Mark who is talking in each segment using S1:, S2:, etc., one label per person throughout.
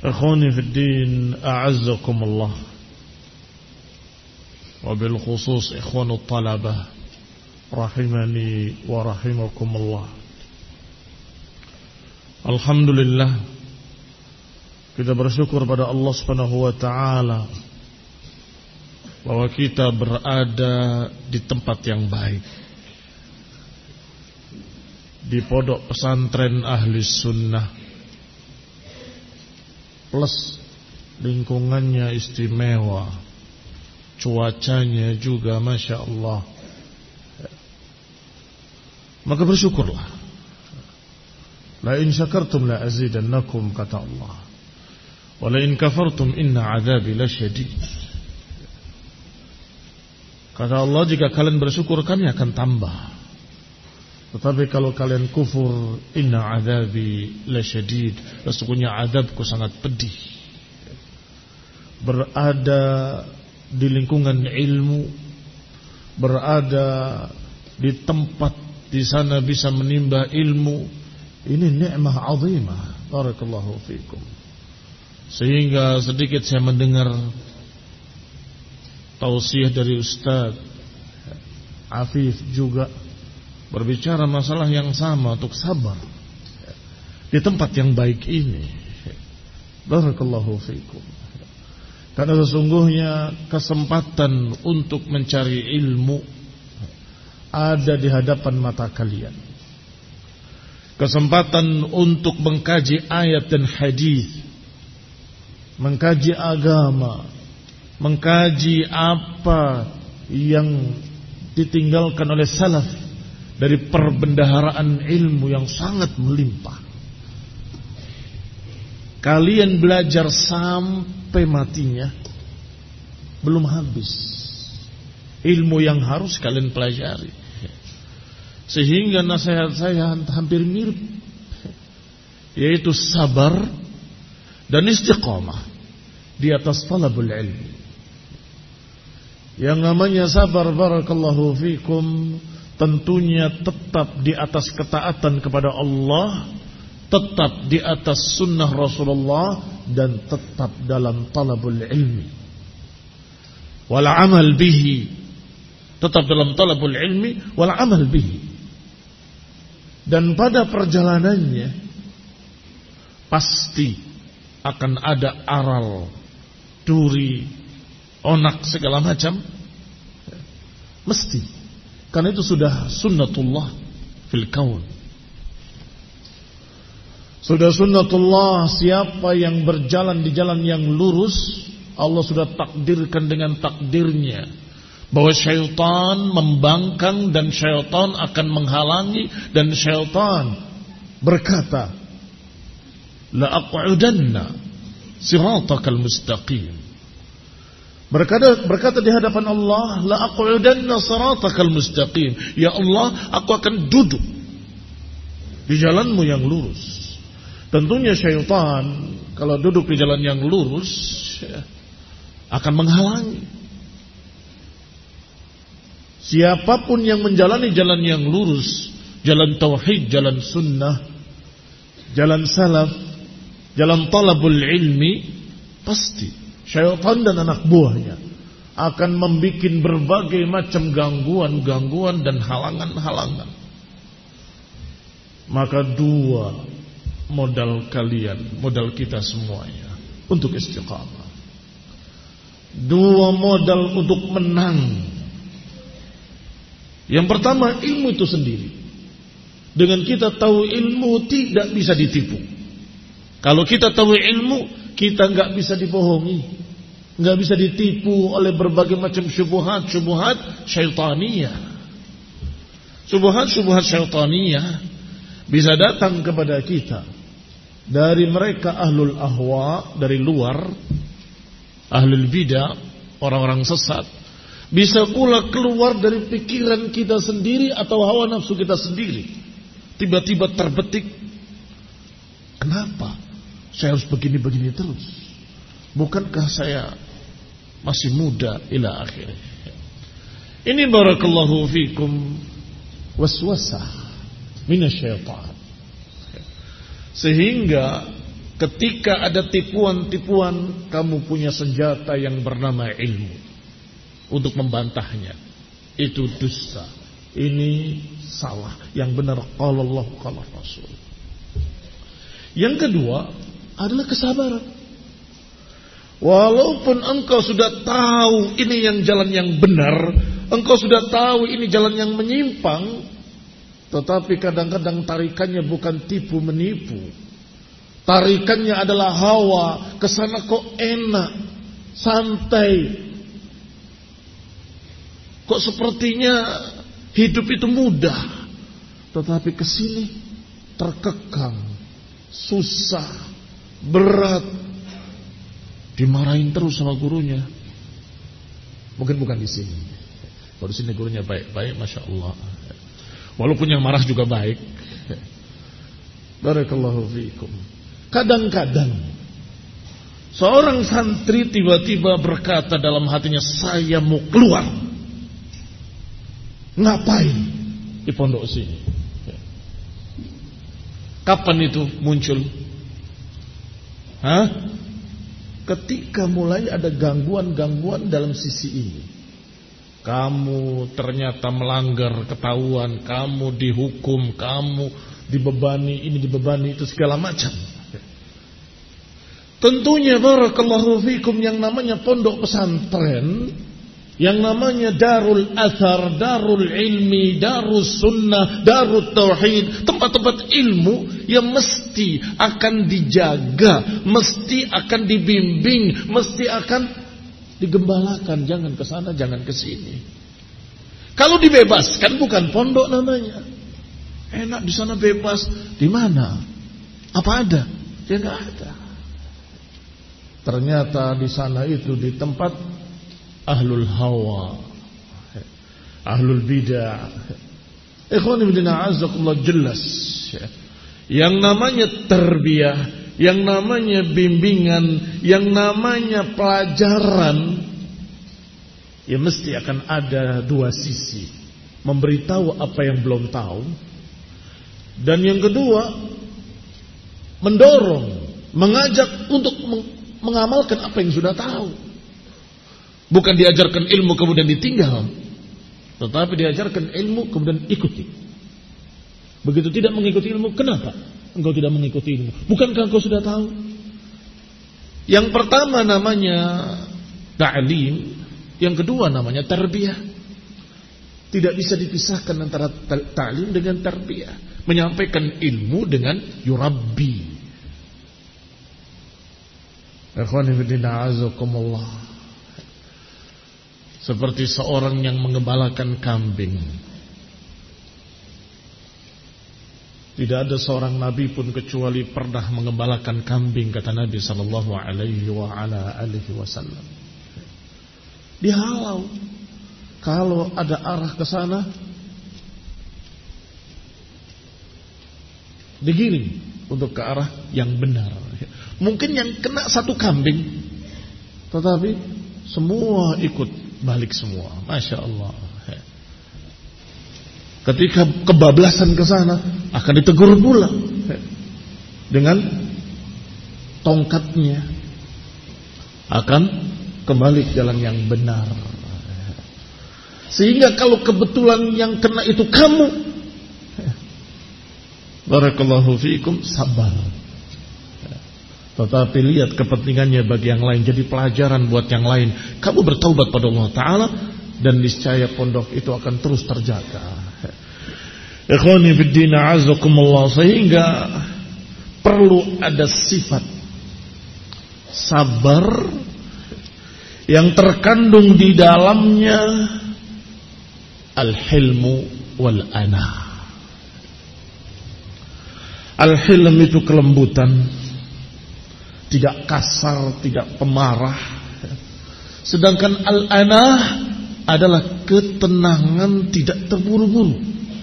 S1: Ikhwani fi din, a'azzakumullah. Wabil khusus ikhwanut talabah rahimani wa rahimakumullah. Alhamdulillah, kita bersyukur pada Allah Subhanahu wa taala bahwa kita berada di tempat yang baik, di pondok pesantren Ahli Sunnah, plus lingkungannya istimewa, cuacanya juga Masya Allah. Maka bersyukurlah. La in syakartum la azidannakum, kata Allah. Wa la in kafartum inna azabi lasyadid. Kata Allah, jika kalian bersyukur kami akan tambah. Tetapi kalau kalian kufur, inna azabi lasyadid, sesungguhnya azabku sangat pedih. Berada di lingkungan ilmu, berada di tempat di sana bisa menimba ilmu, ini nikmah azimah. Barakallahu fikum. Sehingga sedikit saya mendengar tausiah dari Ustaz Afif juga berbicara masalah yang sama, untuk sabar di tempat yang baik ini. Barakallahu fikum. Karena sesungguhnya kesempatan untuk mencari ilmu ada di hadapan mata kalian. Kesempatan untuk mengkaji ayat dan hadis, mengkaji agama, mengkaji apa yang ditinggalkan oleh salaf dari perbendaharaan ilmu yang sangat melimpah. Kalian belajar sampai matinya belum habis ilmu yang harus kalian pelajari. Sehingga nasihat saya hampir mirip, yaitu sabar dan istiqamah di atas talabul ilmi. Yang namanya sabar, barakallahu fikum, tentunya tetap di atas ketaatan kepada Allah, tetap di atas sunnah Rasulullah, dan tetap dalam talabul ilmi wal amal bihi, tetap dalam talabul ilmi wal amal bihi. Dan pada perjalanannya pasti akan ada aral, duri, onak, segala macam, mesti. Karena itu sudah sunnatullah fil kaun. Sudah sunnatullah, siapa yang berjalan di jalan yang lurus, Allah sudah takdirkan dengan takdirnya bahwa syaitan membangkang dan syaitan akan menghalangi, dan syaitan berkata, la aq'udanna siratakal mustaqim. Berkata di hadapan Allah, la aq'udanna siratakal mustaqim. Ya Allah, aku akan duduk di jalanmu yang lurus. Tentunya syaitan kalau duduk di jalan yang lurus akan menghalangi. Siapapun yang menjalani jalan yang lurus, jalan tauhid, jalan sunnah, jalan salaf, jalan talabul ilmi, pasti syaitan dan anak buahnya akan membuat berbagai macam gangguan-gangguan dan halangan-halangan. Maka dua modal kalian, modal kita semuanya untuk istiqamah. Dua modal untuk menang. Yang pertama, ilmu itu sendiri. Dengan kita tahu ilmu tidak bisa ditipu. Kalau kita tahu ilmu, kita nggak bisa dibohongi, nggak bisa ditipu oleh berbagai macam syubhat syaitaniyah. Syubhat syaitaniyah bisa datang kepada kita dari mereka ahlul ahwa, dari luar, ahlul bidah, orang-orang sesat. Bisa pula keluar dari pikiran kita sendiri atau hawa nafsu kita sendiri. Tiba-tiba terbetik, kenapa saya harus begini-begini terus? Bukankah saya masih muda, ila akhirnya. Ini barakallahu fikum waswasah minasyaitan. Sehingga Ketika ada tipuan-tipuan, kamu punya senjata yang bernama ilmu untuk membantahnya. Itu dusta, ini salah, yang benar qala Allah qala Rasul. Yang kedua adalah kesabaran. Walaupun engkau sudah tahu ini yang jalan yang benar, engkau sudah tahu ini jalan yang menyimpang, tetapi kadang-kadang tarikannya bukan tipu menipu. Tarikannya adalah hawa, kesana kok enak, santai. Kok sepertinya hidup itu mudah, tetapi kesini terkekang, susah, berat, dimarahin terus sama gurunya. Mungkin bukan di sini. Kalau di sini gurunya baik-baik, masya Allah. Walaupun yang marah juga baik. Barakallahu fiikum. Kadang-kadang seorang santri tiba-tiba berkata dalam hatinya, saya mau keluar. Ngapain di pondok sini? Kapan itu muncul? Ketika mulai ada gangguan-gangguan dalam sisi ini. Kamu ternyata melanggar, ketahuan, kamu dihukum, kamu dibebani, ini dibebani, itu segala macam. Tentunya barakallahu fikum, yang namanya pondok pesantren, yang namanya darul athar, darul ilmi, darus sunnah, darut tauhid, tempat-tempat ilmu yang mesti akan dijaga, mesti akan dibimbing, mesti akan digembalakan. Jangan ke sana, jangan ke sini. Kalau dibebaskan bukan pondok namanya. Enak di sana bebas, di mana? Apa ada? Ya nggak ada. Ternyata di sana itu di tempat ahlul hawa, ahlul bidah. Ikhwani fillah azakumullah, jelas yang namanya tarbiyah, yang namanya bimbingan, yang namanya pelajaran, ya mesti akan ada dua sisi. Memberitahu apa yang belum tahu, dan yang kedua mendorong, mengajak untuk mengamalkan apa yang sudah tahu. Bukan diajarkan ilmu kemudian ditinggal, tetapi diajarkan ilmu kemudian ikuti. Begitu tidak mengikuti ilmu, kenapa engkau tidak mengikuti ilmu? Bukankah engkau sudah tahu? Yang pertama namanya ta'lim, yang kedua namanya tarbiyah. Tidak bisa dipisahkan antara ta'lim dengan tarbiyah. Menyampaikan ilmu dengan yurabbi. Ikhwani fillah azakumullah. Seperti seorang yang mengembalakan kambing. Tidak ada seorang nabi pun kecuali pernah mengembalakan kambing, kata Nabi sallallahu alaihi wasallam. Dihalau. Kalau ada arah ke sana, digiring untuk ke arah yang benar. Mungkin yang kena satu kambing, tetapi semua ikut balik semua. Masya Allah. Ketika kebablasan ke sana, akan ditegur pula dengan tongkatnya, akan kembali ke jalan yang benar. Sehingga kalau kebetulan yang kena itu kamu, barakallahu fiikum, sabar. Tetapi lihat kepentingannya bagi yang lain, jadi pelajaran buat yang lain. Kamu bertaubat pada Allah Ta'ala, dan niscaya pondok itu akan terus terjaga. Ikhwani fiddin a'azakumullah. Sehingga perlu ada sifat sabar yang terkandung di dalamnya al-hilmu wal-ana. Al-hilm itu kelembutan, tidak kasar, tidak pemarah. Sedangkan al-anah adalah ketenangan, tidak terburu-buru.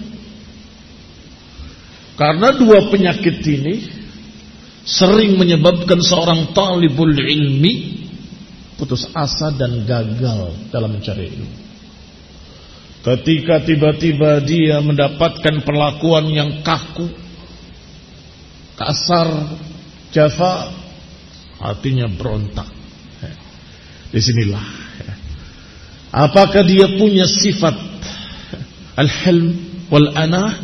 S1: Karena dua penyakit ini sering menyebabkan seorang talibul ilmi putus asa dan gagal dalam mencari ilmu. Ketika tiba-tiba dia mendapatkan perlakuan yang kaku, kasar, jafa, hatinya berontak. Disinilah, apakah dia punya sifat al-hilm wal anah,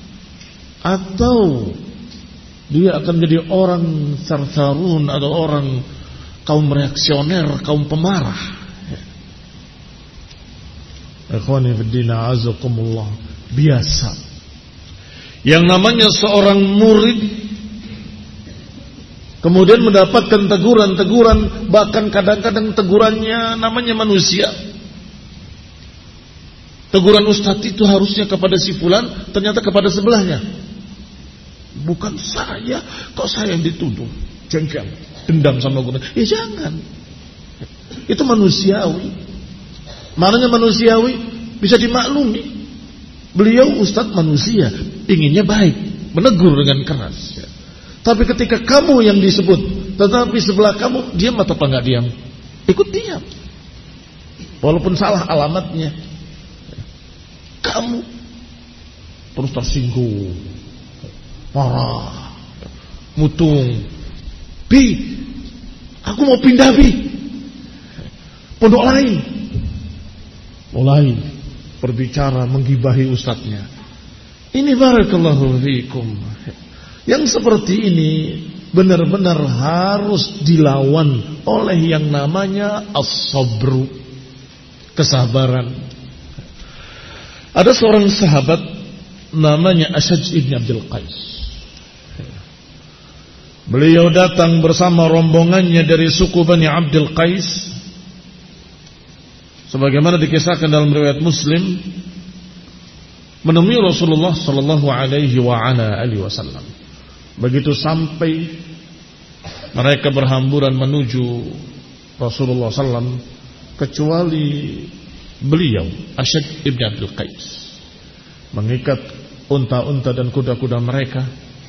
S1: atau dia akan menjadi orang sarsarun atau orang kaum reaksioner, kaum pemarah. Ikhwani fiddin, a'azakumullah. Biasa yang namanya seorang murid kemudian mendapatkan teguran-teguran, bahkan kadang-kadang tegurannya namanya manusia. Teguran ustadz itu harusnya kepada si fulan, ternyata kepada sebelahnya. Bukan saya, kok saya yang dituduh? Jengkel, dendam sama gue. Ya jangan. Itu manusiawi. Mananya manusiawi, bisa dimaklumi. Beliau ustadz manusia, inginnya baik, menegur dengan keras. Tapi ketika kamu yang disebut, tetapi sebelah kamu diam atau nggak diam? Ikut diam. Walaupun salah alamatnya. Kamu terus tersinggung, marah, mutung. Bi, aku mau pindah Bi, pondok lain. Mulai berbicara menggibahi ustadznya. Ini barakallahu fiikum. Yang seperti ini benar-benar harus dilawan oleh yang namanya as-sabru, kesabaran. Ada seorang sahabat namanya Ashaj ibn Abdul Qais. Beliau datang bersama rombongannya dari suku Bani Abdul Qais, sebagaimana dikisahkan dalam riwayat Muslim, menemui Rasulullah sallallahu alaihi wasallam. Begitu sampai, mereka berhamburan menuju Rasulullah sallam, kecuali beliau Ashaj ibn Abdul Qais mengikat unta-unta dan kuda-kuda mereka,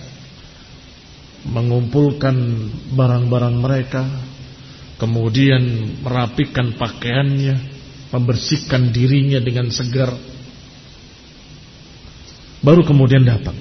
S1: mengumpulkan barang-barang mereka, kemudian merapikan pakaiannya, membersihkan dirinya dengan segar, baru kemudian datang.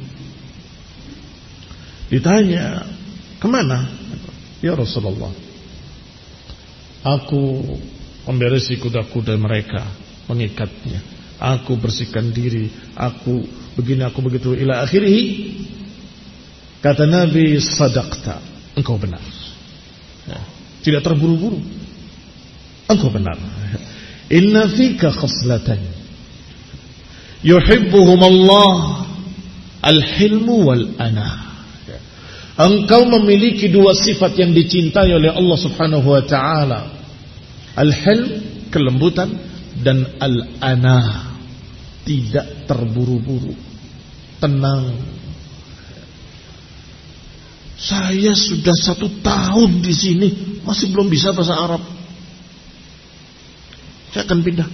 S1: Ditanya, kemana? Ya Rasulullah, aku memberesi kuda-kuda mereka, mengikatnya, aku bersihkan diri, aku begini, aku begitu, ila akhirih. Kata Nabi, sadaqta, engkau benar. Tidak terburu-buru, engkau benar. Inna fika khaslatan yuhibbuhum Allah, al-hilmu wal anah. Engkau memiliki dua sifat yang dicintai oleh Allah subhanahu wa ta'ala. Al-hilm, kelembutan, dan al-anah, tidak terburu-buru, tenang. Saya sudah 1 tahun di sini masih belum bisa bahasa Arab. Saya akan pindah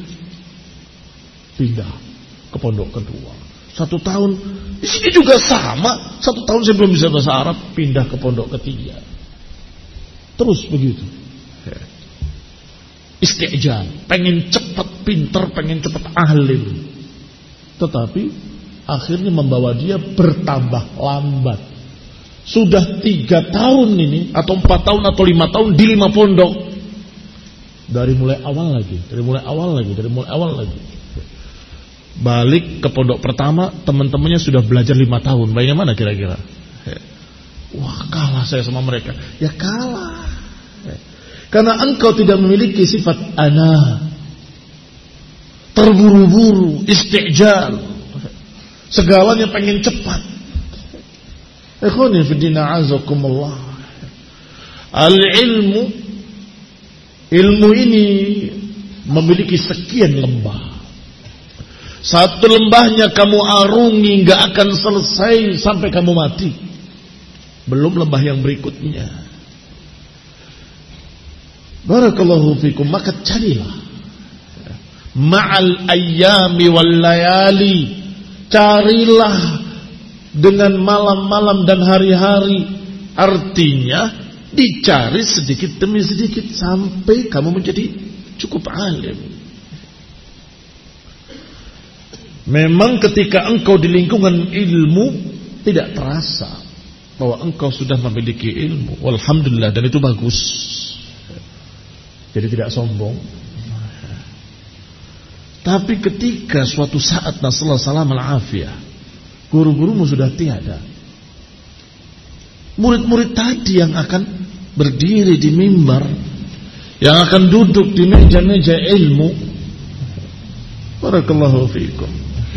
S1: ke pondok kedua. 1 tahun di sini juga sama. 1 tahun saya belum bisa bahasa Arab, pindah ke pondok ketiga. Terus begitu. Istijal, pengen cepat pinter, pengen cepat alim. Tetapi akhirnya membawa dia bertambah lambat. Sudah 3 tahun ini, atau 4 tahun atau 5 tahun di 5 pondok. Dari mulai awal lagi. Balik ke pondok pertama, teman-temannya sudah belajar 5 tahun. Bagaimana kira-kira? Wah, kalah saya sama mereka. Ya kalah. Karena engkau tidak memiliki sifat ana, terburu-buru, istijal, segalanya pengen cepat. Ikhwani fiddin, a'azakumullah. Al-ilmu, ilmu ini memiliki sekian lembah. 1 lembahnya kamu arungi gak akan selesai sampai kamu mati. Belum lembah yang berikutnya. Barakallahu fikum. Maka carilah ma'al ayyami wal layali, carilah dengan malam-malam dan hari-hari. Artinya dicari sedikit demi sedikit sampai kamu menjadi cukup alim. Memang ketika engkau di lingkungan ilmu tidak terasa, bahwa engkau sudah memiliki ilmu. Walhamdulillah, dan itu bagus. Jadi tidak sombong. Tapi ketika suatu saat nasallahu salam al-afiyah, guru-gurumu sudah tiada, murid-murid tadi yang akan berdiri di mimbar, yang akan duduk di meja-meja ilmu, barakallahu fiikum,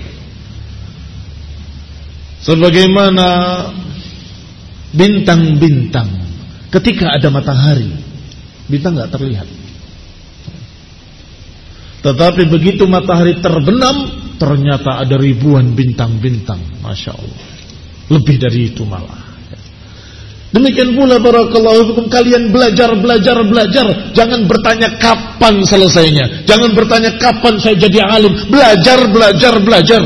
S1: sebagaimana bintang-bintang ketika ada matahari, bintang gak terlihat. Tetapi begitu matahari terbenam, ternyata ada ribuan bintang-bintang. Masya Allah, lebih dari itu malah. Demikian pula barakallahu fikum, kalian belajar. Jangan bertanya kapan selesainya. Jangan bertanya kapan saya jadi alim. Belajar.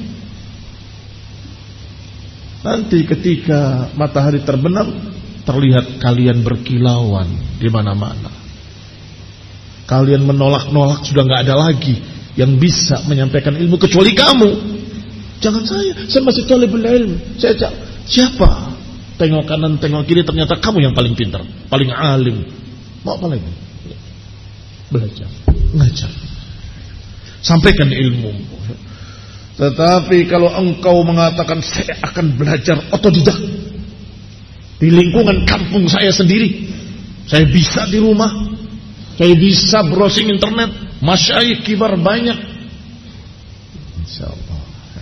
S1: Nanti ketika matahari terbenam, terlihat kalian berkilauan di mana-mana. Kalian menolak-nolak, sudah gak ada lagi yang bisa menyampaikan ilmu kecuali kamu. Jangan saya masih talibul ilm. Siapa? Tengok kanan, tengok kiri, ternyata kamu yang paling pintar, paling alim. Mau apa lagi? Belajar, ngajar, sampaikan ilmu. Tetapi kalau engkau mengatakan saya akan belajar otodidak di lingkungan kampung saya sendiri, saya bisa di rumah, saya bisa browsing internet, masyayikh kibar banyak, insyaallah.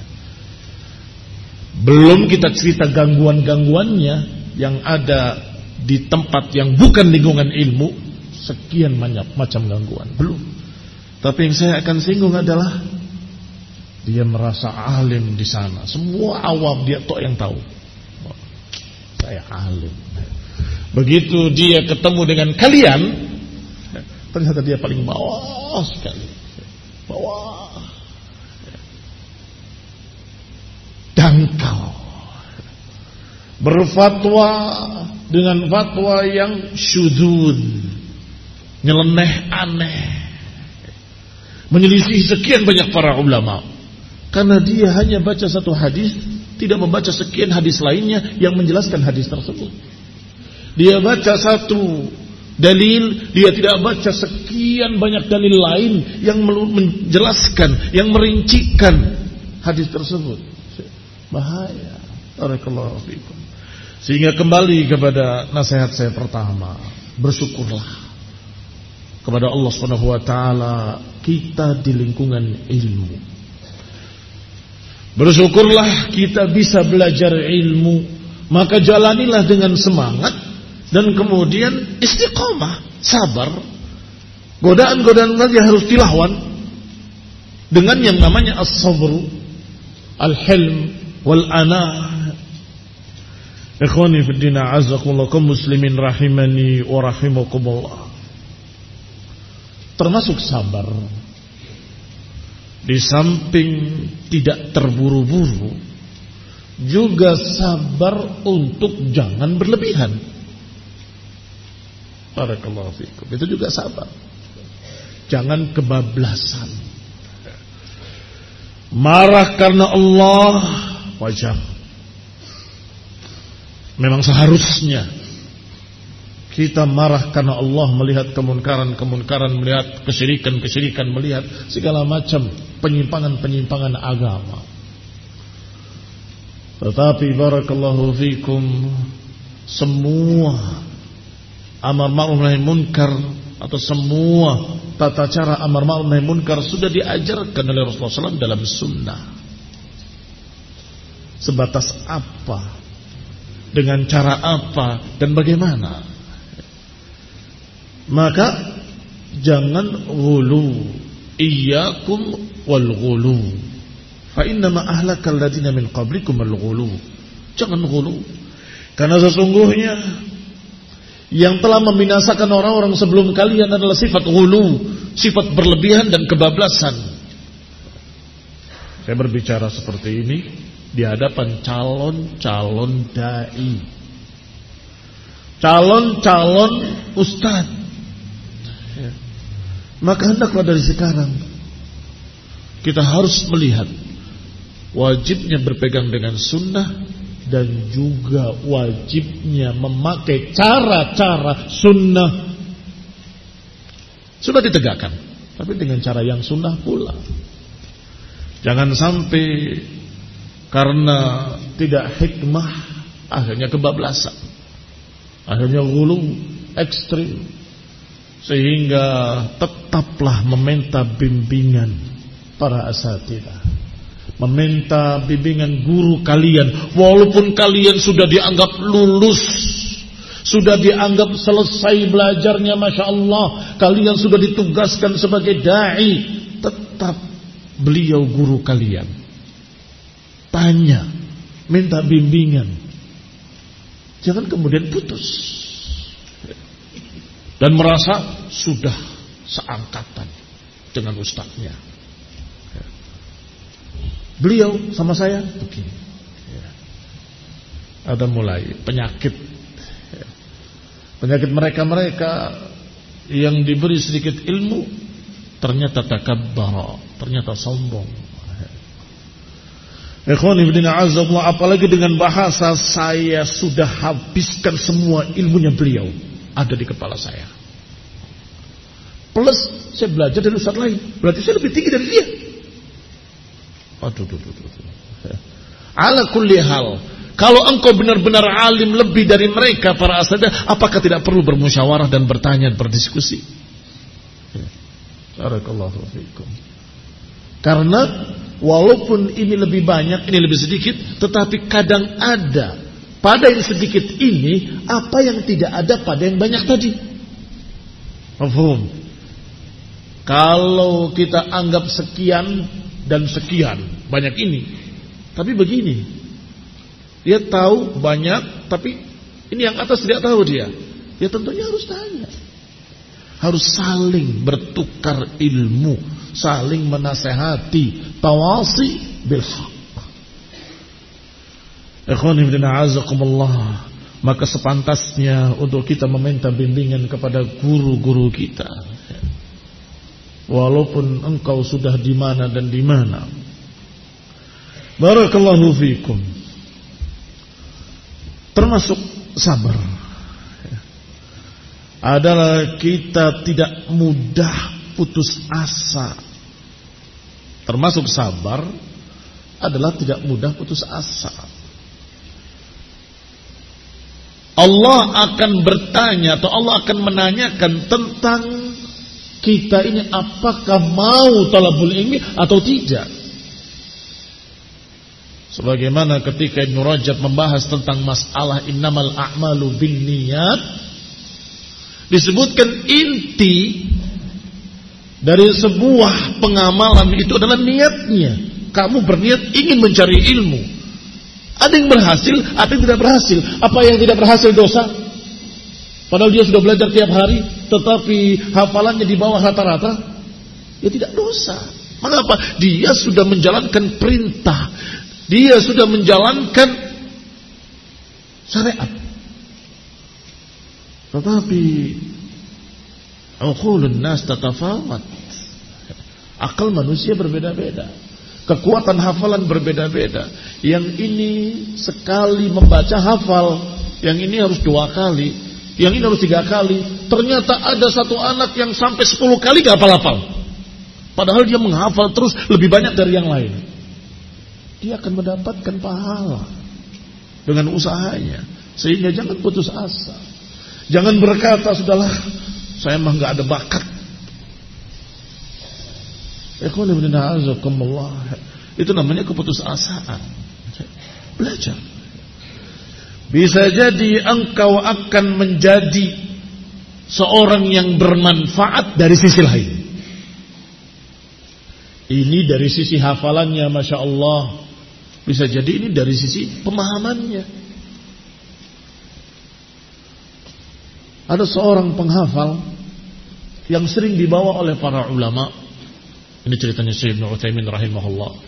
S1: Belum kita cerita gangguan-gangguannya yang ada di tempat yang bukan lingkungan ilmu, sekian banyak macam gangguan. Belum. Tapi yang saya akan singgung adalah dia merasa alim di sana. Semua awam dia tok yang tahu. Saya alim. Begitu dia ketemu dengan kalian, ternyata dia paling bawah sekali. Bawah. Dangkal. Berfatwa dengan fatwa yang syudzud, nyeleneh, aneh, menyelisih sekian banyak para ulama. Karena dia hanya baca satu hadis, tidak membaca sekian hadis lainnya yang menjelaskan hadis tersebut. Dia baca satu dalil, dia tidak baca sekian banyak dalil lain yang menjelaskan, yang merincikan hadis tersebut. Bahaya. Barakallahu fikum. Sehingga kembali kepada nasihat saya pertama, bersyukurlah kepada Allah Subhanahu wa taala kita di lingkungan ilmu. Bersyukurlah kita bisa belajar ilmu, maka jalanilah dengan semangat dan kemudian istiqamah, sabar. Godaan-godaan tadi harus dilawan dengan yang namanya as-sabru, al-hilm wal ana. Ikhwani fid din, a'azzakumullah, kaum muslimin rahimani wa rahimakumullah. Termasuk sabar, di samping tidak terburu-buru, juga sabar untuk jangan berlebihan. Barakallahu fikum. Itu juga sabar. Jangan kebablasan. Marah karena Allah wajar. Memang seharusnya kita marah karena Allah melihat kemunkaran-kemunkaran, melihat kesyirikan-kesyirikan, melihat segala macam penyimpangan-penyimpangan agama. Tetapi barakallahu fikum, semua amar ma'ruf nahi munkar atau semua tata cara amar ma'ruf nahi munkar sudah diajarkan oleh Rasulullah SAW dalam sunnah. Sebatas apa, dengan cara apa, dan bagaimana. Maka jangan ghulu, iyyakum wal ghulu, fa innama ahlakal ladina min qablikum al ghulu. Jangan ghulu, karena sesungguhnya yang telah membinasakan orang-orang sebelum kalian adalah sifat ghulu, sifat berlebihan dan kebablasan. Saya berbicara seperti ini di hadapan calon-calon dai, calon-calon ustaz. Maka hendaklah dari sekarang kita harus melihat wajibnya berpegang dengan sunnah dan juga wajibnya memakai cara-cara sunnah sudah ditegakkan, tapi dengan cara yang sunnah pula. Jangan sampai karena tidak hikmah akhirnya kebablasan, akhirnya ghulu ekstrim, sehingga tetaplah meminta bimbingan para asatidzah, meminta bimbingan guru kalian, walaupun kalian sudah dianggap lulus, sudah dianggap selesai belajarnya, Masya Allah, kalian sudah ditugaskan sebagai da'i, tetap beliau guru kalian. Tanya, minta bimbingan, jangan kemudian putus dan merasa sudah seangkatan dengan ustadznya. Beliau sama saya begini. Ada mulai penyakit mereka yang diberi sedikit ilmu ternyata takabbar, ternyata sombong. Ikhwani fillah azza, apalagi dengan bahasa saya sudah habiskan semua ilmunya beliau ada di kepala saya. Plus saya belajar dari ustaz lain, berarti saya lebih tinggi dari dia. Aduh. Ala kulli hal, kalau engkau benar-benar alim lebih dari mereka para asatidzah, apakah tidak perlu bermusyawarah dan bertanya, berdiskusi? Barakallahu fiikum. Karena walaupun ini lebih banyak, ini lebih sedikit, tetapi kadang ada pada yang sedikit ini apa yang tidak ada pada yang banyak tadi. Mafhum? Kalau kita anggap sekian dan sekian banyak ini, tapi begini, dia tahu banyak, tapi ini yang atas tidak tahu dia. Ya tentunya harus tanya, harus saling bertukar ilmu, saling menasehati, tawasi bil haq. Ikhwani fillah azakumullah, maka sepantasnya untuk kita meminta bimbingan kepada guru-guru kita, walaupun engkau sudah di mana dan di mana. Barakallahu fiikum. Termasuk sabar adalah kita tidak mudah putus asa. Termasuk sabar adalah tidak mudah putus asa. Allah akan bertanya atau Allah akan menanyakan tentang kita ini, apakah mau talabul ilmi atau tidak. Sebagaimana ketika Ibnu Rajab membahas tentang masalah innamal a'malu binniyat, disebutkan inti dari sebuah pengamalan itu adalah niatnya. Kamu berniat ingin mencari ilmu. Ada yang berhasil, ada yang tidak berhasil. Apa yang tidak berhasil dosa? Padahal dia sudah belajar tiap hari, tetapi hafalannya di bawah rata-rata, ya tidak dosa. Mengapa? Dia sudah menjalankan perintah, dia sudah menjalankan syariat. Tetapi uqulun nas tatafawat, akal manusia berbeda-beda, kekuatan hafalan berbeda-beda. Yang ini sekali membaca hafal, yang ini harus 2 kali, yang ini harus 3 kali. Ternyata ada satu anak yang sampai 10 kali gak hafal-hafal, padahal dia menghafal terus lebih banyak dari yang lain. Dia akan mendapatkan pahala dengan usahanya. Sehingga jangan putus asa, jangan berkata sudahlah, saya mah gak ada bakat. Itu namanya keputusasaan. Belajar. Bisa jadi engkau akan menjadi seorang yang bermanfaat dari sisi lain. Ini dari sisi hafalannya, Masya Allah. Bisa jadi ini dari sisi pemahamannya. Ada seorang penghafal yang sering dibawa oleh para ulama. Ini ceritanya Syekh Ibnu Utsaimin rahimahullah.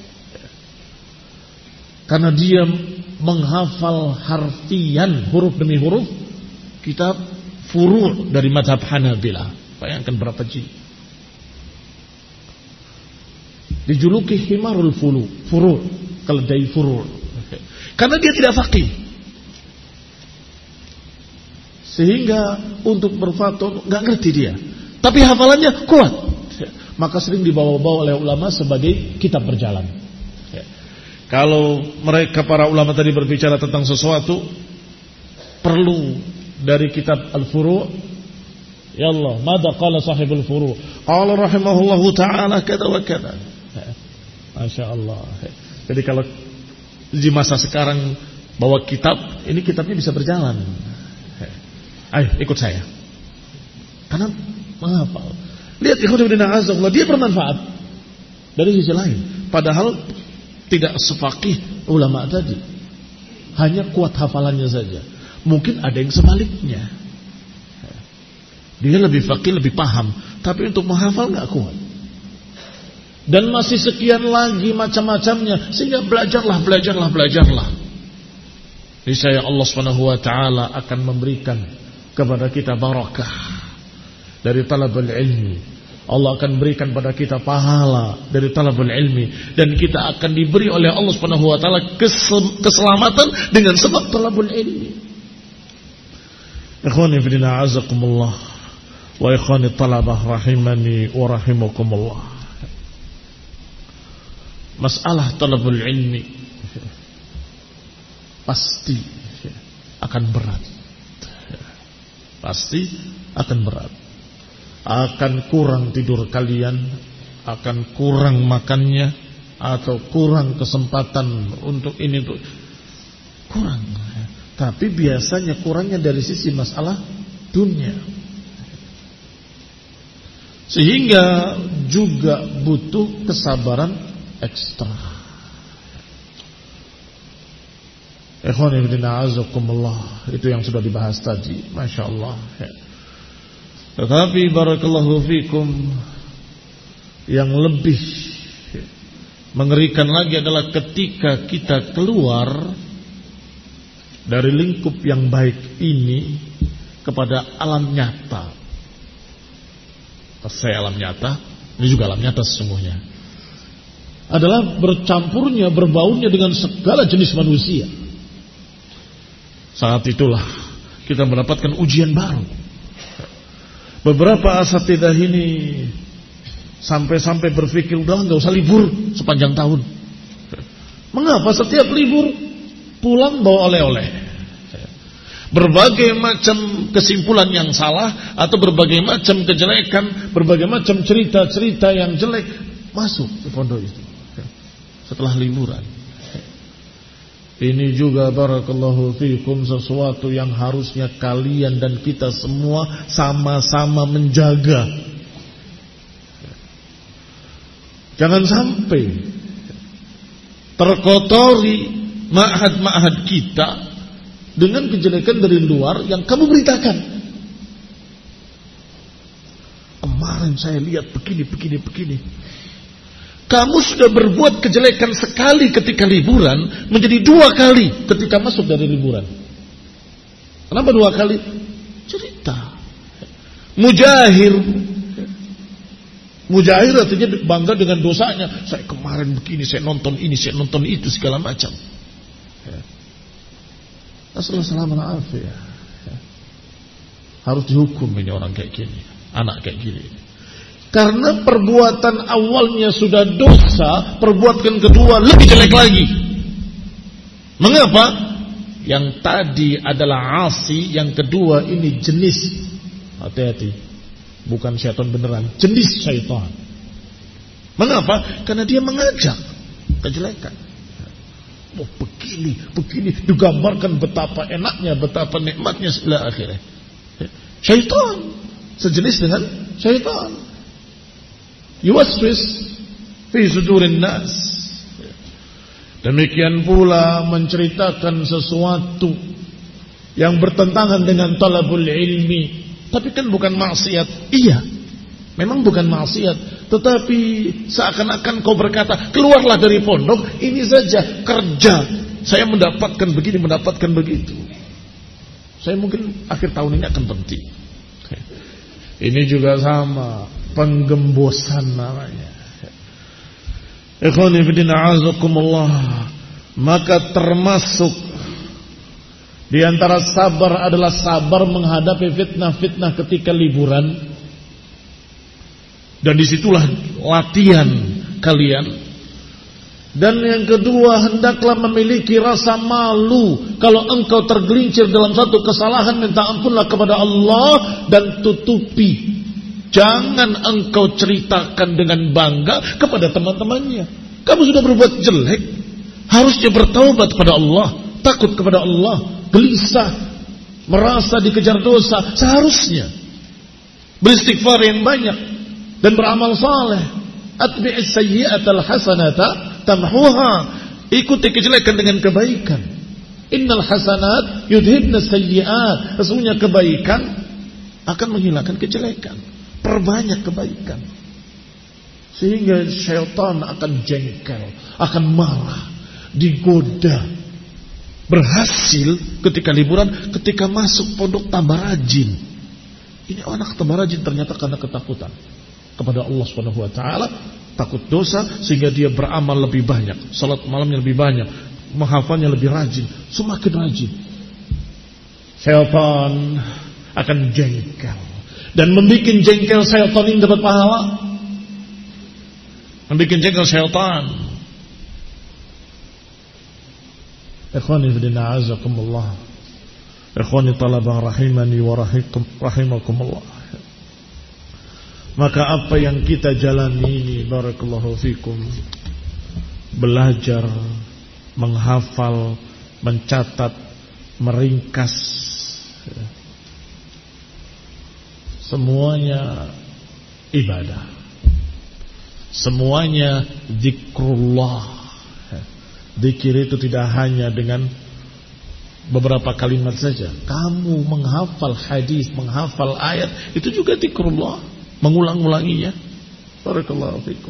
S1: Karena dia menghafal harfian, huruf demi huruf, kitab furu' dari mazhab Hanabilah. Bayangkan berapa jilid. Dijuluki himarul furu', keledai furu'. Karena dia tidak faqih. Sehingga untuk berfatwa nggak ngerti dia. Tapi hafalannya kuat. Maka sering dibawa-bawa oleh ulama sebagai kitab berjalan. Kalau mereka para ulama tadi berbicara tentang sesuatu, perlu dari kitab Al-Furu'. Ya Allah, mada qala sahibul Furu'? Qala rahimahullahu ta'ala kada wa kada. Masya Allah. Jadi kalau di masa sekarang bawa kitab, ini kitabnya bisa berjalan. Ayo ikut saya. Karena menghafal. Lihat ikhwan, dia bermanfaat dari sisi lain. Padahal tidak sefaqih ulama tadi. Hanya kuat hafalannya saja. Mungkin ada yang sebaliknya. Dia lebih faqih, lebih paham, tapi untuk menghafal gak kuat. Dan masih sekian lagi macam-macamnya. Sehingga belajarlah. Niscaya Allah SWT akan memberikan kepada kita barakah dari talabul ilmi. Allah akan berikan pada kita pahala dari talabul ilmi, dan kita akan diberi oleh Allah Subhanahu wa taala keselamatan dengan sebab talabul ilmi. Ikhwani fi din a'azakumullah wa ikhwani talabah rahimani wa rahimakumullah. Masalah talabul ilmi pasti akan berat. Pasti akan berat. Akan kurang tidur kalian, akan kurang makannya, atau kurang kesempatan untuk ini, untuk kurang. Tapi biasanya kurangnya dari sisi masalah dunia. Sehingga juga butuh kesabaran ekstra. Ikhwani fillah azakumullah, itu yang sudah dibahas tadi, Masya Allah. Tetapi barakallahu fikum, yang lebih mengerikan lagi adalah ketika kita keluar dari lingkup yang baik ini kepada alam nyata. Saya alam nyata, ini juga alam nyata sesungguhnya, adalah bercampurnya, berbaunya dengan segala jenis manusia. Saat itulah kita mendapatkan ujian baru. Beberapa asatidzah ini sampai-sampai berpikir udah nggak usah libur sepanjang tahun. Mengapa setiap libur pulang bawa oleh-oleh? Berbagai macam kesimpulan yang salah atau berbagai macam kejelekan, berbagai macam cerita-cerita yang jelek masuk ke pondok itu setelah liburan. Ini juga barakallahu fikum sesuatu yang harusnya kalian dan kita semua sama-sama menjaga. Jangan sampai terkotori ma'had-ma'had kita dengan kejelekan dari luar yang kamu beritakan. Kemarin saya lihat begini. Kamu sudah berbuat kejelekan sekali ketika liburan, menjadi 2 kali ketika masuk dari liburan. Kenapa 2 kali? Cerita. Mujahir artinya bangga dengan dosanya. Saya kemarin begini, saya nonton ini, saya nonton itu, segala macam. Assalamualaikum. Harus dihukum ini orang kayak gini, anak kayak gini. Karena perbuatan awalnya sudah dosa, perbuatan kedua lebih jelek lagi. Mengapa? Yang tadi adalah asi, yang kedua ini jenis. Hati-hati, bukan syaitan beneran, jenis syaitan. Mengapa? Karena dia mengajak kejelekan. Oh begini, digambarkan betapa enaknya, betapa nikmatnya setelah akhirnya. Syaitan, sejenis dengan syaitan. Yuwaswis fi sudurin nas. Demikian pula menceritakan sesuatu yang bertentangan dengan talabul ilmi. Tapi kan bukan maksiat. Iya, memang bukan maksiat. Tetapi seakan-akan kau berkata, keluarlah dari pondok, ini saja kerja. Saya mendapatkan begini, mendapatkan begitu. Saya mungkin akhir tahun ini akan berhenti. Ini juga sama, penggembosan namanya. Ikhwani fillah a'azakumullah. Maka termasuk di antara sabar adalah sabar menghadapi fitnah-fitnah ketika liburan. Dan disitulah latihan kalian. Dan yang kedua, hendaklah memiliki rasa malu. Kalau engkau tergelincir dalam satu kesalahan, minta ampunlah kepada Allah dan tutupi. Jangan engkau ceritakan dengan bangga kepada teman-temannya. Kamu sudah berbuat jelek, harusnya bertaubat kepada Allah, takut kepada Allah, gelisah, merasa dikejar dosa. Seharusnya beristighfar yang banyak dan beramal saleh. Atbi'is sayyi'atal hasanata tamhuha. Ikuti kejelekan dengan kebaikan. Innal hasanat yudhibna sayyi'at. Sesungguhnya kebaikan akan menghilangkan kejelekan. Perbanyak kebaikan. Sehingga syaitan akan jengkel, akan marah, digoda. Berhasil ketika liburan, ketika masuk pondok tambah rajin. Ini anak tambah rajin ternyata karena ketakutan kepada Allah Subhanahu wa taala, takut dosa sehingga dia beramal lebih banyak, salat malamnya lebih banyak, menghafalnya lebih rajin, semakin rajin. Syaitan akan jengkel dan membuat jengkel syaitan ini dapat pahala. Membuat jengkel syaitan. Ikhwani fillah azakumullah. Ikhwani talabah rahimani wa rahimakumullah. Maka apa yang kita jalani ini, barakallahu fikum, belajar, menghafal, mencatat, meringkas, semuanya ibadah, semuanya zikrullah. Zikir itu tidak hanya dengan beberapa kalimat saja. Kamu menghafal hadis, menghafal ayat, itu juga zikrullah, mengulang-ulanginya. Barakallahu fikum.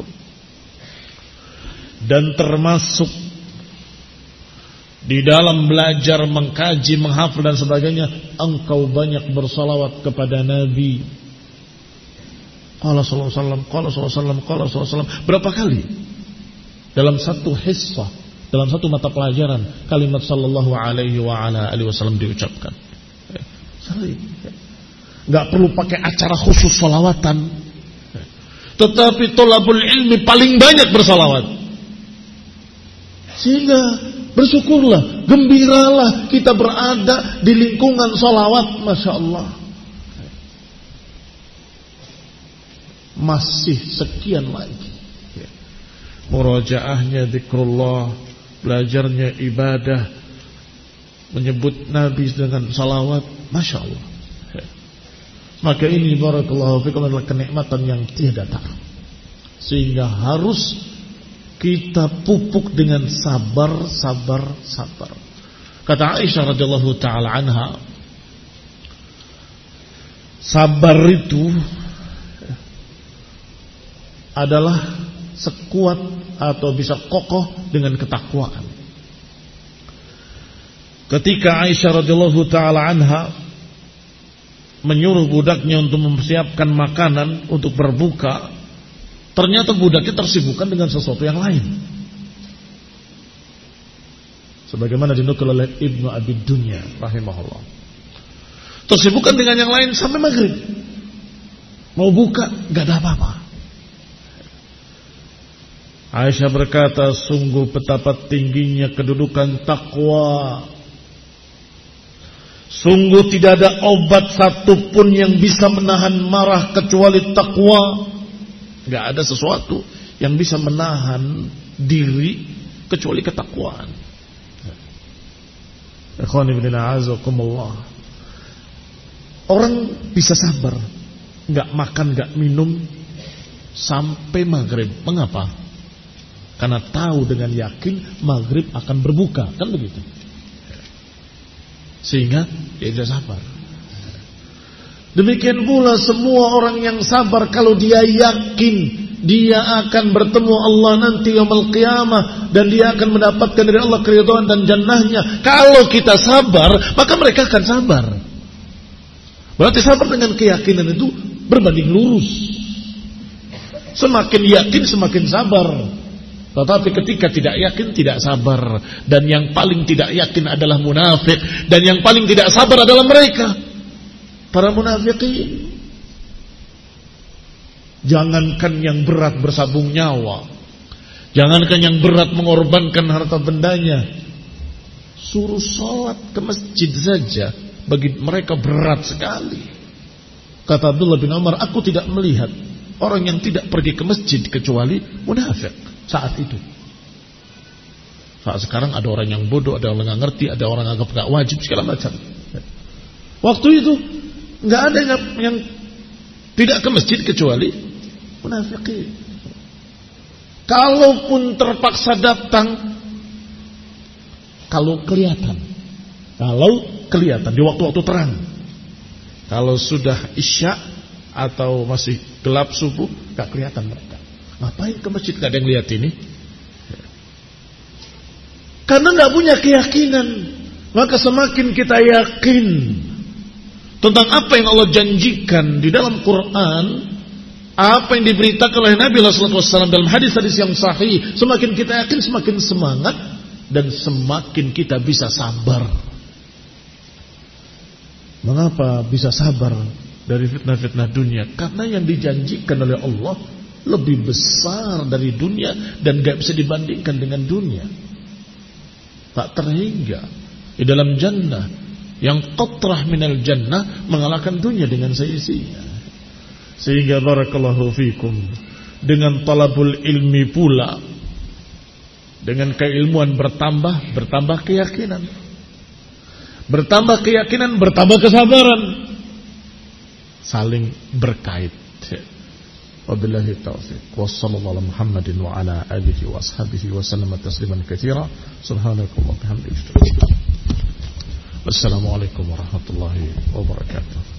S1: Dan termasuk di dalam belajar, mengkaji, menghafal dan sebagainya, engkau banyak bersalawat kepada Nabi. Qala sallallahu alaihi wasallam, qala sallallahu alaihi wasallam, qala sallallahu alaihi wasallam. Berapa kali dalam satu hissah, dalam satu mata pelajaran, kalimat sallallahu alaihi wa ala alihi wasallam diucapkan? Sering. Enggak perlu pakai acara khusus salawatan. Tetapi thalabul ilmi paling banyak bersalawat. Sehingga bersyukurlah, gembiralah kita berada di lingkungan salawat, Masya Allah. Masih sekian lagi. Murajaahnya zikrullah, belajarnya ibadah, menyebut Nabi dengan salawat, Masya Allah. Maka ini barakallahu fikum adalah kenikmatan yang tiada tara. Sehingga harus kita pupuk dengan sabar, sabar, sabar. Kata Aisyah radhiyallahu taala anha, sabar itu adalah sekuat atau bisa kokoh dengan ketakwaan. Ketika Aisyah radhiyallahu taala anha menyuruh budaknya untuk mempersiapkan makanan untuk berbuka, ternyata budaknya tersibukkan dengan sesuatu yang lain. Sebagaimana dinukil oleh Ibnu Abi Dunya rahimahullah. Tersibukkan dengan yang lain sampai maghrib. Mau buka, gak ada apa-apa. Aisyah berkata, sungguh betapa tingginya kedudukan takwa. Sungguh tidak ada obat satupun yang bisa menahan marah kecuali takwa. Gak ada sesuatu yang bisa menahan diri kecuali ketakwaan. Ikhwani fillah azakumullah. Orang bisa sabar, gak makan, gak minum sampai maghrib. Mengapa? Karena tahu dengan yakin maghrib akan berbuka, kan begitu. Sehingga dia bisa sabar. Demikian pula semua orang yang sabar, kalau dia yakin dia akan bertemu Allah nanti yaumul qiyamah dan dia akan mendapatkan dari Allah keridhaan dan jannahnya. Kalau kita sabar, maka mereka akan sabar. Berarti sabar dengan keyakinan itu berbanding lurus. Semakin yakin semakin sabar. Tetapi ketika tidak yakin, tidak sabar. Dan yang paling tidak yakin adalah munafik. Dan yang paling tidak sabar adalah mereka, para munafikin. Jangankan yang berat bersabung nyawa, jangankan yang berat mengorbankan harta bendanya, suruh sholat ke masjid saja bagi mereka berat sekali. Kata Abdullah bin Umar, aku tidak melihat orang yang tidak pergi ke masjid kecuali munafik saat itu. Saat sekarang ada orang yang bodoh, ada orang yang ngerti, ada orang yang anggap gak wajib, segala macam. Waktu itu gak ada yang tidak ke masjid kecuali munafikin. Kalaupun terpaksa datang, kalau kelihatan di waktu-waktu terang. Kalau sudah isya atau masih gelap subuh, gak kelihatan mereka. Ngapain ke masjid, gak ada yang lihat ini? Karena gak punya keyakinan. Maka semakin kita yakin tentang apa yang Allah janjikan di dalam Quran, apa yang diberitakan oleh Nabi sallallahu alaihi wasallam dalam hadis-hadis yang sahih, semakin kita yakin, semakin semangat, dan semakin kita bisa sabar. Mengapa bisa sabar dari fitnah-fitnah dunia? Karena yang dijanjikan oleh Allah lebih besar dari dunia dan gak bisa dibandingkan dengan dunia. Tak terhingga di dalam jannah yang qatrah minal jannah mengalahkan dunia dengan seisinya. Sehingga barakallahu fikum, dengan talabul ilmi pula, dengan keilmuan bertambah keyakinan. Bertambah keyakinan, bertambah kesabaran. Saling berkait. Wabillahi taufiq. Wassallallahu ala Muhammadin wa ala alihi wa ashabihi wa sallama tasliman katsira. Subhanakallah bihamdika. Wassalamualaikum warahmatullahi wabarakatuh.